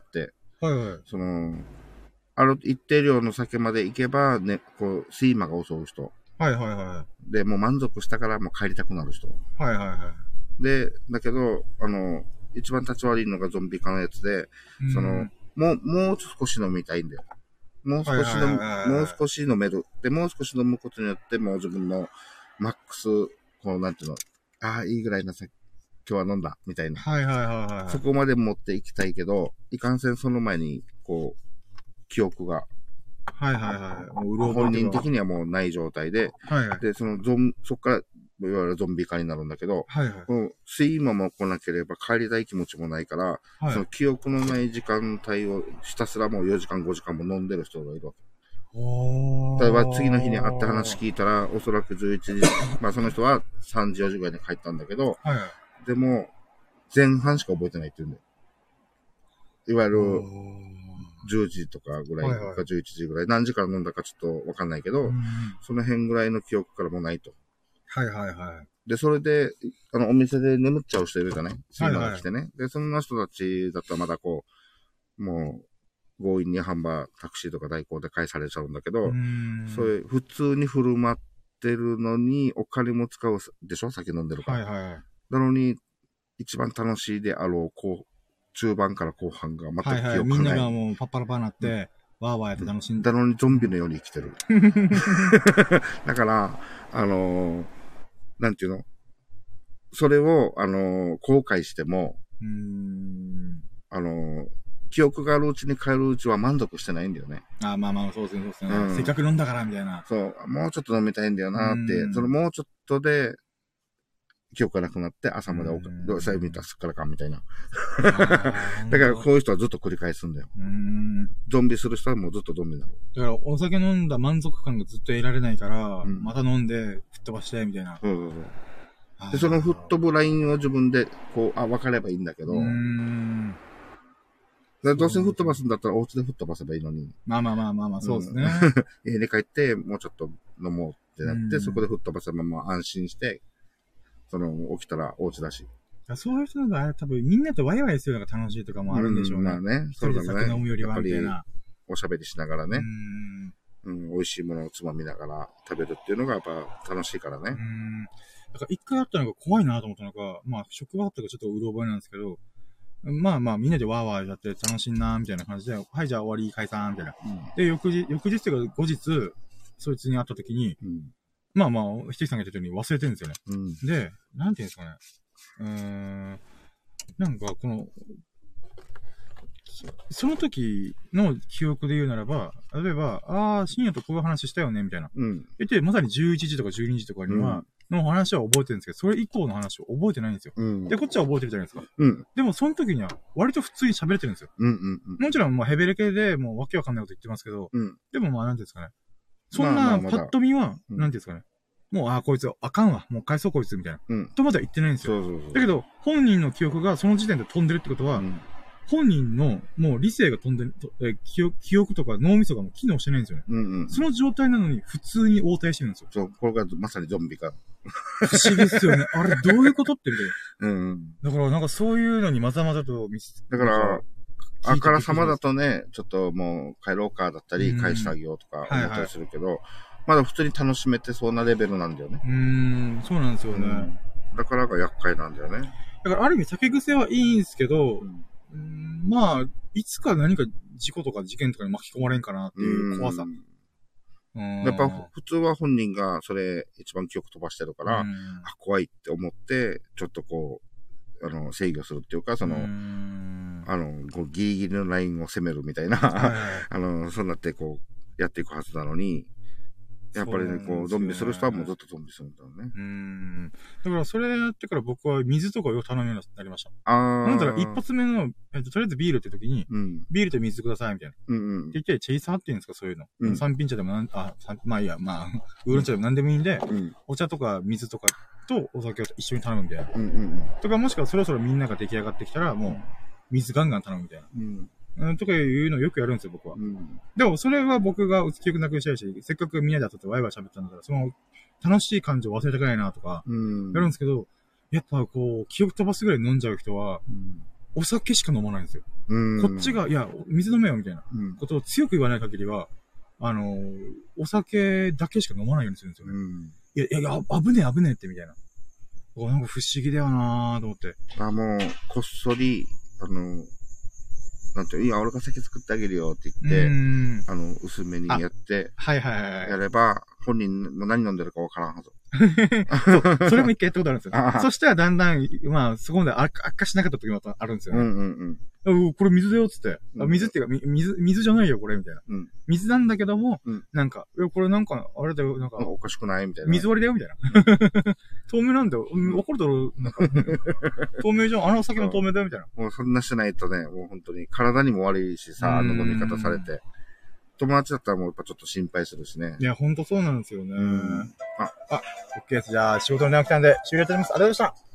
ある一定量の酒まで行けば、ね、こう、睡魔が襲う人。で、もう満足したからもう帰りたくなる人。で、だけど、一番立ち悪いのがゾンビ化のやつで、もう少し飲みたいんだよ。もう少し飲める。で、もう少し飲むことによって、もう自分のマックス、こう、なんていうの、いいぐらいな今日は飲んだ、みたいな。そこまで持っていきたいけど、いかんせんその前に、こう、記憶が、本人的にはもうない状態で、で、そっから、いわゆるゾンビ化になるんだけど、睡魔も来なければ帰りたい気持ちもないから、その記憶のない時間帯をひたすらもう4時間5時間も飲んでる人がいるわけ。例えば次の日に会って話聞いたら、おそらく11時、まあその人は3時4時ぐらいに帰ったんだけど、でも、前半しか覚えてないって言うんだよ。いわゆる、10時とかぐらいか11時ぐらい、何時から飲んだかちょっとわかんないけど、その辺ぐらいの記憶からもないと。で、それで、お店で眠っちゃう人いるじゃない睡魔が来てね。で、そんな人たちだったらまだこう、もう、強引にタクシーとか代行で返されちゃうんだけど、そういう、普通に振る舞ってるのに、お金も使うでしょ酒飲んでるから。なのに、一番楽しいであろう、中盤から後半が全く記憶がない。 みんながもうパッパラパーなって、ワーワーやって楽しんで。だのにゾンビのように生きてる。だから、なんていうのそれを、後悔しても、記憶があるうちに帰るうちは満足してないんだよね。 まあ、そうですね。せっかく飲んだから、みたいな。 そう、もうちょっと飲みたいんだよなって、そのもうちょっとで、記憶がなくなって朝まで最後見たらすっからかんみたいな。だからこういう人はずっと繰り返すんだよ。ゾンビする人はもうずっとゾンビなの。 だからお酒飲んだ満足感がずっと得られないから、また飲んで吹っ飛ばしてみたいな。 で、その吹っ飛ぶラインを自分でこう、分かればいいんだけど、どうせ吹っ飛ばすんだったらお家で吹っ飛ばせばいいのに。 まあ、そうですね。 家に帰ってもうちょっと飲もうってなって、そこで吹っ飛ばせばもう安心して、起きたらお家だし。 そういう人なんだ、多分みんなとワイワイするのが楽しいとかもあるんでしょうね。 まあね、 そうだね。酒飲むよりはみたいな。 おしゃべりしながらね。美味しいものをつまみながら食べるっていうのがやっぱ楽しいからね。 だから一回あったのが怖いなと思ったのが、まあ職場だったからちょっとうろ覚えなんですけど、まあみんなでワーワーやって楽しいなみたいな感じで、はいじゃあ終わり解散みたいな。で、翌日というか後日、そいつに会った時に、まあ、ひときさんが言ったように忘れてるんですよね。で、なんていうんですかね。なんか、その時の記憶で言うならば、例えば、深夜とこういう話したよね、みたいな。で、まさに11時とか12時とかには、の話は覚えてるんですけど、それ以降の話を覚えてないんですよ。で、こっちは覚えてるじゃないですか。でも、その時には、割と普通に喋れてるんですよ。もちろん、ヘベレケでもうわけわかんないこと言ってますけど、でもなんていうんですかね。そんな、パッと見は、なんていうんですかね。もう、こいつ、あかんわ。もう返そうこいつ、みたいな。とまでは言ってないんですよ。だけど、本人の記憶がその時点で飛んでるってことは、本人の、もう理性が飛んでる、記憶とか脳みそがもう機能してないんですよね。その状態なのに、普通に応対してるんですよ。 そう、これがまさにゾンビか。 不思議ですよね。あれ、どういうことってみたいな。だから、なんかそういうのにまざまざとだから、 あからさまだとね、ちょっともう帰ろうかだったり、返してあげようとか思ったりするけど、まだ普通に楽しめてそうなレベルなんだよね。 そうなんですよね。 だからが厄介なんだよね。 だからある意味酒癖はいいんですけど、まあ、いつか何か事故とか事件とかに巻き込まれんかなっていう怖さ。 やっぱ普通は本人がそれ一番記憶飛ばしてるから、あ、怖いって思って、ちょっとこう、制御するっていうか、こうギリギリのラインを攻めるみたいな、そうなってこう、やっていくはずなのに、やっぱりね、こう、ゾンビする人はもうずっとゾンビするんだろうね。 だから、それやってから僕は水とかを頼むようになりました。なんだろう、一発目の、とりあえずビールって時に、ビールと水ください、みたいな。って言って、チェイサーって言うんですか、そういうの。三品茶でもまあいいや、まあ、ウーロン茶でも何でもいいんで、お茶とか水とかとお酒を一緒に頼むみたいな。とか、もしくはそろそろみんなが出来上がってきたら、もう、水ガンガン頼むみたいな。とかいうのをよくやるんですよ、僕は。でも、それは僕が記憶なくしたいし、せっかくみんなで集ってワイワイ喋ったんだから、その、楽しい感情を忘れたくないなとか、やるんですけど、やっぱこう、記憶飛ばすぐらい飲んじゃう人は、お酒しか飲まないんですよ。こっちが、いや、水飲めよみたいなことを強く言わない限りは、お酒だけしか飲まないようにするんですよね。いや、危ねえってみたいな。なんか不思議だよなぁと思って。 もう、こっそり、なんていう、いや、俺が酒作ってあげるよって言って、薄めにやって、やれば、本人も何飲んでるかわからんはず。 そう、それも一回やったことあるんですよ。そしたらだんだん、まあ、そこまで悪化しなかった時もあるんですよね。これ水だよっつって。水っていうか、水じゃないよ、これ、みたいな。水なんだけども、なんか、これなんか、あれだよ、なんか、 おかしくないみたいな。 水割りだよ、みたいな。透明なんだよ。怒るだろ、なんか。透明じゃん。お酒も透明だよ、みたいな。 もうそんなしないとね、もう本当に体にも悪いしさ、飲み方されて。友達だったらもうやっぱちょっと心配するしね。 いや、ほんとそうなんですよね。OK です。じゃあ、仕事の電話来たんで、終了いたします。ありがとうございました。